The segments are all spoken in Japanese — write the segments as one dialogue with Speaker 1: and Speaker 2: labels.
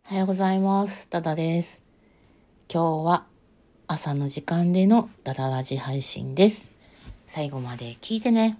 Speaker 1: おはようございます。ダダです。今日は朝の時間でのダダラジ配信です。最後まで聞いてね。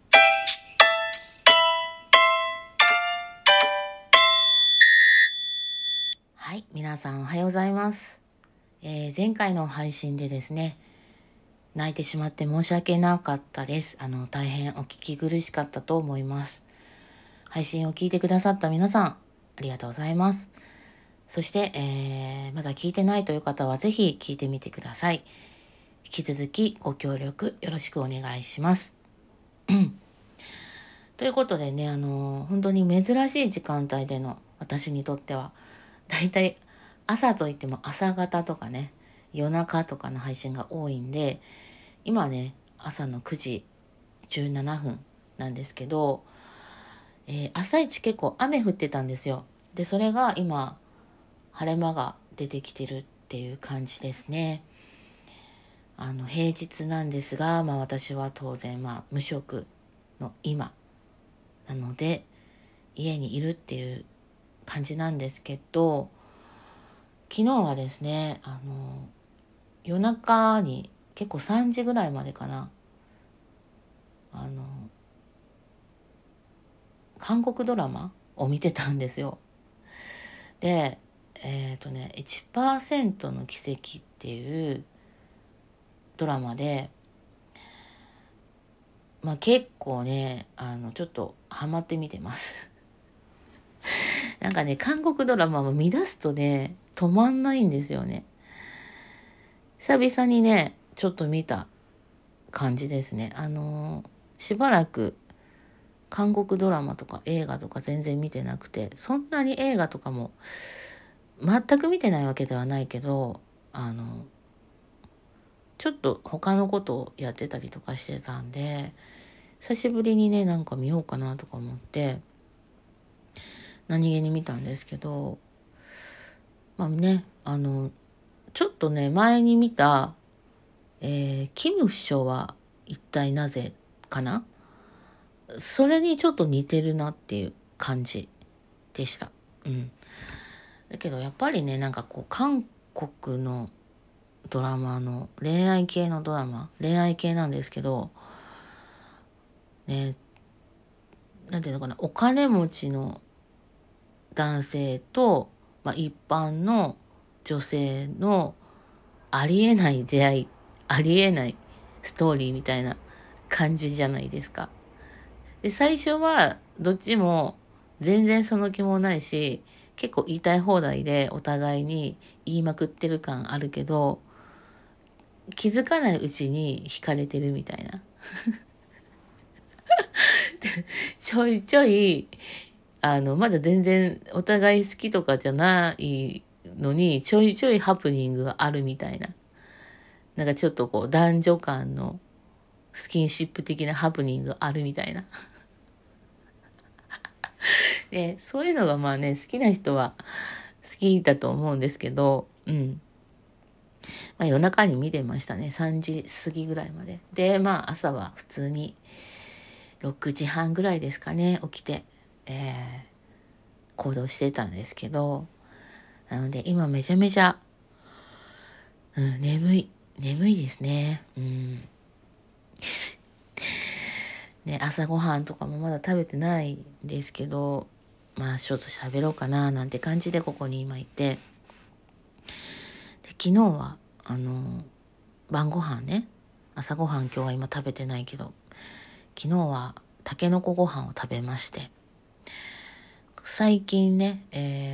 Speaker 1: はい、皆さんおはようございます。前回の配信でですね、泣いてしまって申し訳なかったです。大変お聞き苦しかったと思います。配信を聞いてくださった皆さん、ありがとうございます。そして、まだ聞いてないという方はぜひ聞いてみてください。引き続きご協力よろしくお願いします。ということでね、本当に珍しい時間帯での私にとっては、だいたい朝といっても朝方とかね、夜中とかの配信が多いんで、今ね、朝の9時17分なんですけど、朝一結構雨降ってたんですよ。で、それが今、晴れ間が出てきてるっていう感じですね。平日なんですが、私は当然、無職の今なので、家にいるっていう感じなんですけど、昨日はですね、夜中に結構3時ぐらいまでかな、韓国ドラマを見てたんですよ。で、1% の奇跡っていうドラマで、結構ね、ちょっとハマって見てます。なんかね、韓国ドラマも見出すとね、止まんないんですよね。久々にね、ちょっと見た感じですね。しばらく韓国ドラマとか映画とか全然見てなくて、そんなに映画とかも全く見てないわけではないけど、ちょっと他のことをやってたりとかしてたんで、久しぶりにね、なんか見ようかなとか思って、何気に見たんですけど、ちょっとね、前に見た、キム首相は一体なぜかな、それにちょっと似てるなっていう感じでした。だけどやっぱりね、なんかこう、韓国のドラマの恋愛系のドラマ、恋愛系なんですけど、ね、なんていうのかな、お金持ちの男性と、一般の女性のありえない出会い、ありえないストーリーみたいな感じじゃないですか。で、最初はどっちも全然その気もないし、結構言いたい放題でお互いに言いまくってる感あるけど、気づかないうちに惹かれてるみたいな。ちょいちょい、まだ全然お互い好きとかじゃないのに、ちょいちょいハプニングがあるみたいな。なんかちょっとこう男女間のスキンシップ的なハプニングがあるみたいな。で、そういうのが好きな人は好きだと思うんですけど、夜中に見てましたね。3時過ぎぐらいまで。で、朝は普通に6時半ぐらいですかね、起きて、行動してたんですけど、なので今めちゃめちゃ、眠いですね。ね、朝ごはんとかもまだ食べてないんですけど、ちょっと喋ろうかななんて感じでここに今いて、で昨日は晩ご飯ね、朝ごはん今日は今食べてないけど、昨日はたけのこご飯を食べまして、最近ね、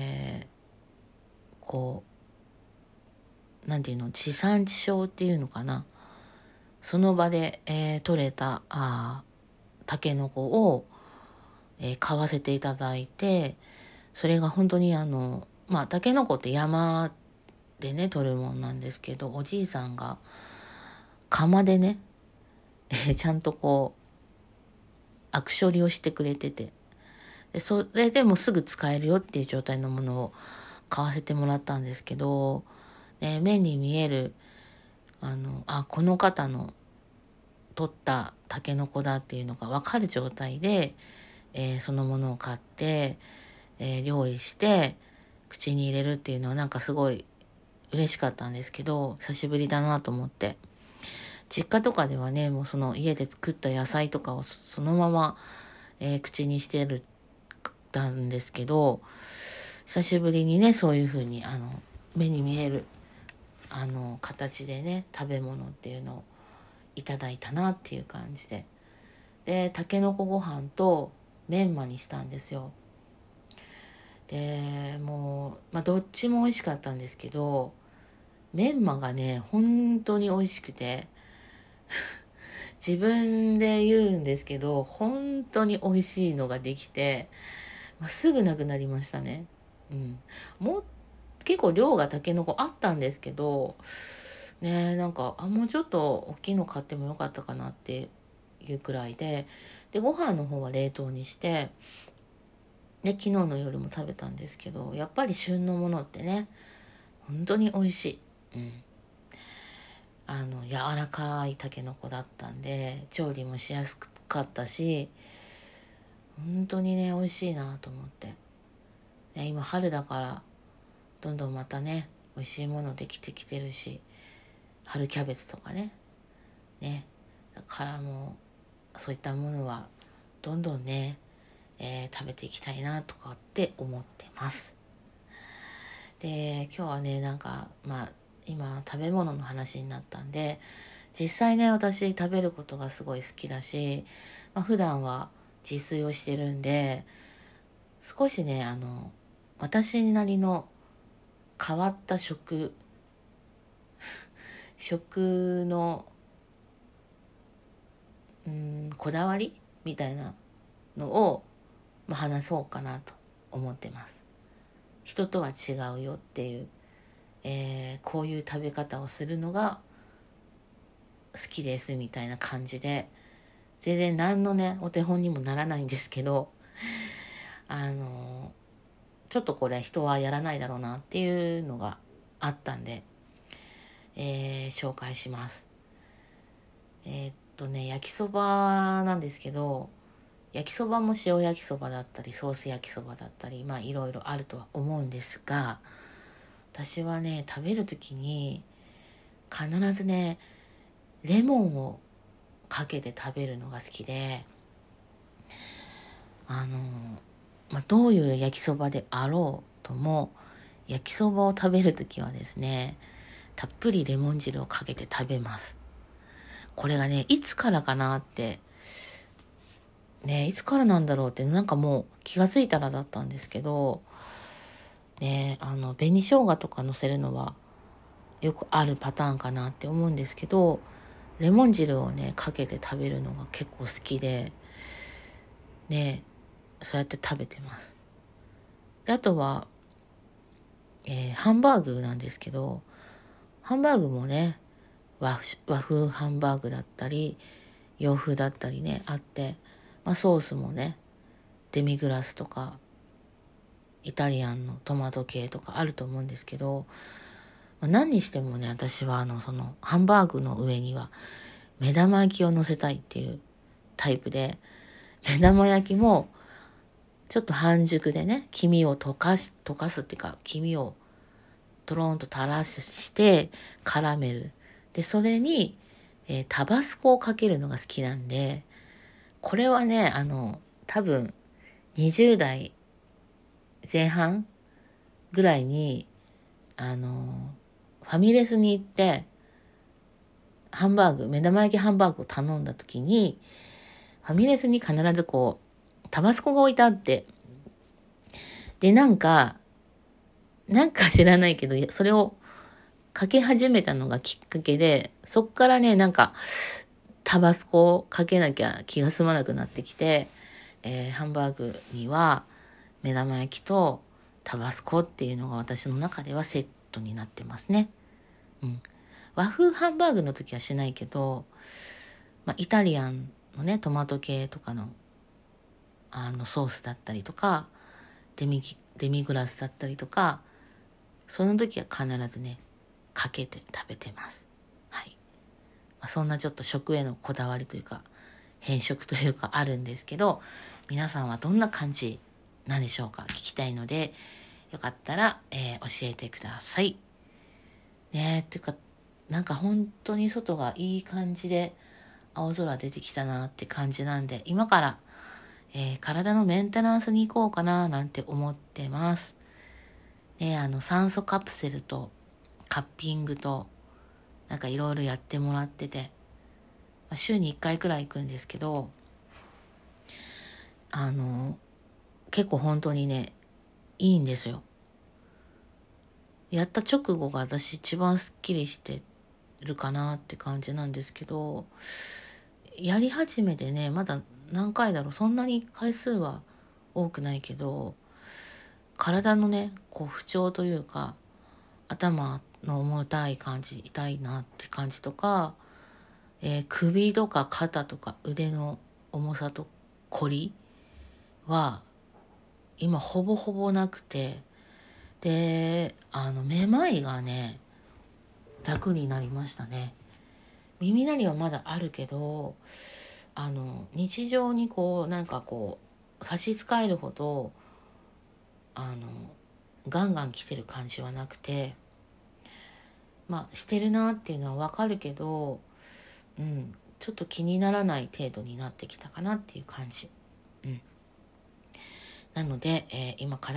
Speaker 1: なんていうの、地産地消っていうのかな、その場で、採れたたけのこを、買わせていただいて、それが本当にたけのこって山でね取るもんなんですけど、おじいさんが釜でね、ちゃんとこうアク処理をしてくれてて、でそれでもすぐ使えるよっていう状態のものを買わせてもらったんですけど、目に見えるこの方の取ったタケノコだっていうのが分かる状態で、そのものを買って、料理して口に入れるっていうのはなんかすごい嬉しかったんですけど、久しぶりだなと思って。実家とかではね、もうその家で作った野菜とかをそのまま、口にしてるたんですけど、久しぶりにね、そういう風に目に見える形でね、食べ物っていうのをいただいたなっていう感じで、でたけのこご飯とメンマにしたんですよ。でもう、どっちも美味しかったんですけど、メンマがね本当に美味しくて自分で言うんですけど、本当に美味しいのができて、すぐなくなりましたね。もう結構量がたけのこあったんですけどね、なんかもうちょっと大きいの買ってもよかったかなっていうくらいで、ご飯の方は冷凍にして、で昨日の夜も食べたんですけど、やっぱり旬のものってね本当に美味しい。柔らかいたけのこだったんで調理もしやすかったし、本当にね美味しいなと思って、今春だからどんどんまたね美味しいものできてきてるし、春キャベツとかねだからもうそういったものはどんどんね、食べていきたいなとかって思ってます。で今日はねなんか今食べ物の話になったんで、実際ね私食べることがすごい好きだし、普段は自炊をしてるんで、少しね私なりの変わった食のこだわりみたいなのを、話そうかなと思ってます。人とは違うよっていう、こういう食べ方をするのが好きですみたいな感じで、全然何のねお手本にもならないんですけど、ちょっとこれ人はやらないだろうなっていうのがあったんで、紹介します。焼きそばなんですけど、焼きそばも塩焼きそばだったりソース焼きそばだったりいろいろあるとは思うんですが、私はね食べる時に必ずねレモンをかけて食べるのが好きで、どういう焼きそばであろうとも焼きそばを食べる時はですねたっぷりレモン汁をかけて食べます。これがねいつからかなっていつからなんだろうってなんかもう気がついたらだったんですけど紅生姜とか乗せるのはよくあるパターンかなって思うんですけど、レモン汁をねかけて食べるのが結構好きでそうやって食べてます。であとは、ハンバーグなんですけど、ハンバーグもね和風ハンバーグだったり洋風だったりねあって、ソースもねデミグラスとかイタリアンのトマト系とかあると思うんですけど、何にしてもね私はそのハンバーグの上には目玉焼きを乗せたいっていうタイプで、目玉焼きもちょっと半熟でね黄身を溶かすっていうか、黄身をトロンと垂らして絡める。でそれに、タバスコをかけるのが好きなんで、これはね多分20代前半ぐらいにファミレスに行って目玉焼きハンバーグを頼んだ時に、ファミレスに必ずタバスコが置いてあって、でなんか知らないけどそれをかけ始めたのがきっかけで、そっからねタバスコをかけなきゃ気が済まなくなってきて、ハンバーグには目玉焼きとタバスコっていうのが私の中ではセットになってますね。和風ハンバーグの時はしないけど、イタリアンのねトマト系とかのソースだったりとかデミグラスだったりとか、その時は必ずねかけて食べてます。そんなちょっと食へのこだわりというか変色というかあるんですけど、皆さんはどんな感じなんでしょうか、聞きたいので、 よかったら、教えてください。ね、っていうかなんか本当に外がいい感じで青空出てきたなって感じなんで、今から、体のメンテナンスに行こうかななんて思ってます。酸素カプセルとカッピングとなんかいろいろやってもらってて、週に1回くらい行くんですけど、結構本当にね、いいんですよ。やった直後が私一番スッキリしてるかなって感じなんですけど、やり始めてね、まだ何回だろう、そんなに回数は多くないけど、体のね、こう不調というか、頭の重たい感じ、痛いなって感じとか、首とか肩とか腕の重さと凝りは今ほぼほぼなくて、で、めまいがね、楽になりましたね。耳鳴りはまだあるけど、日常にこうなんかこう差し支えるほどガンガン来てる感じはなくて、してるなっていうのはわかるけど、ちょっと気にならない程度になってきたかなっていう感じ。なので、今から、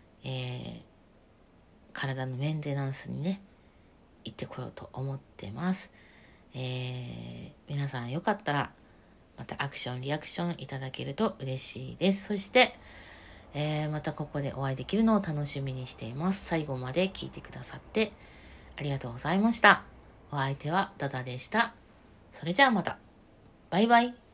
Speaker 1: 体のメンテナンスにね行ってこようと思ってます。皆さんよかったらまたアクションリアクションいただけると嬉しいです。そして、またここでお会いできるのを楽しみにしています。最後まで聞いてくださってありがとうございました。お相手はダダでした。それじゃあまた。バイバイ。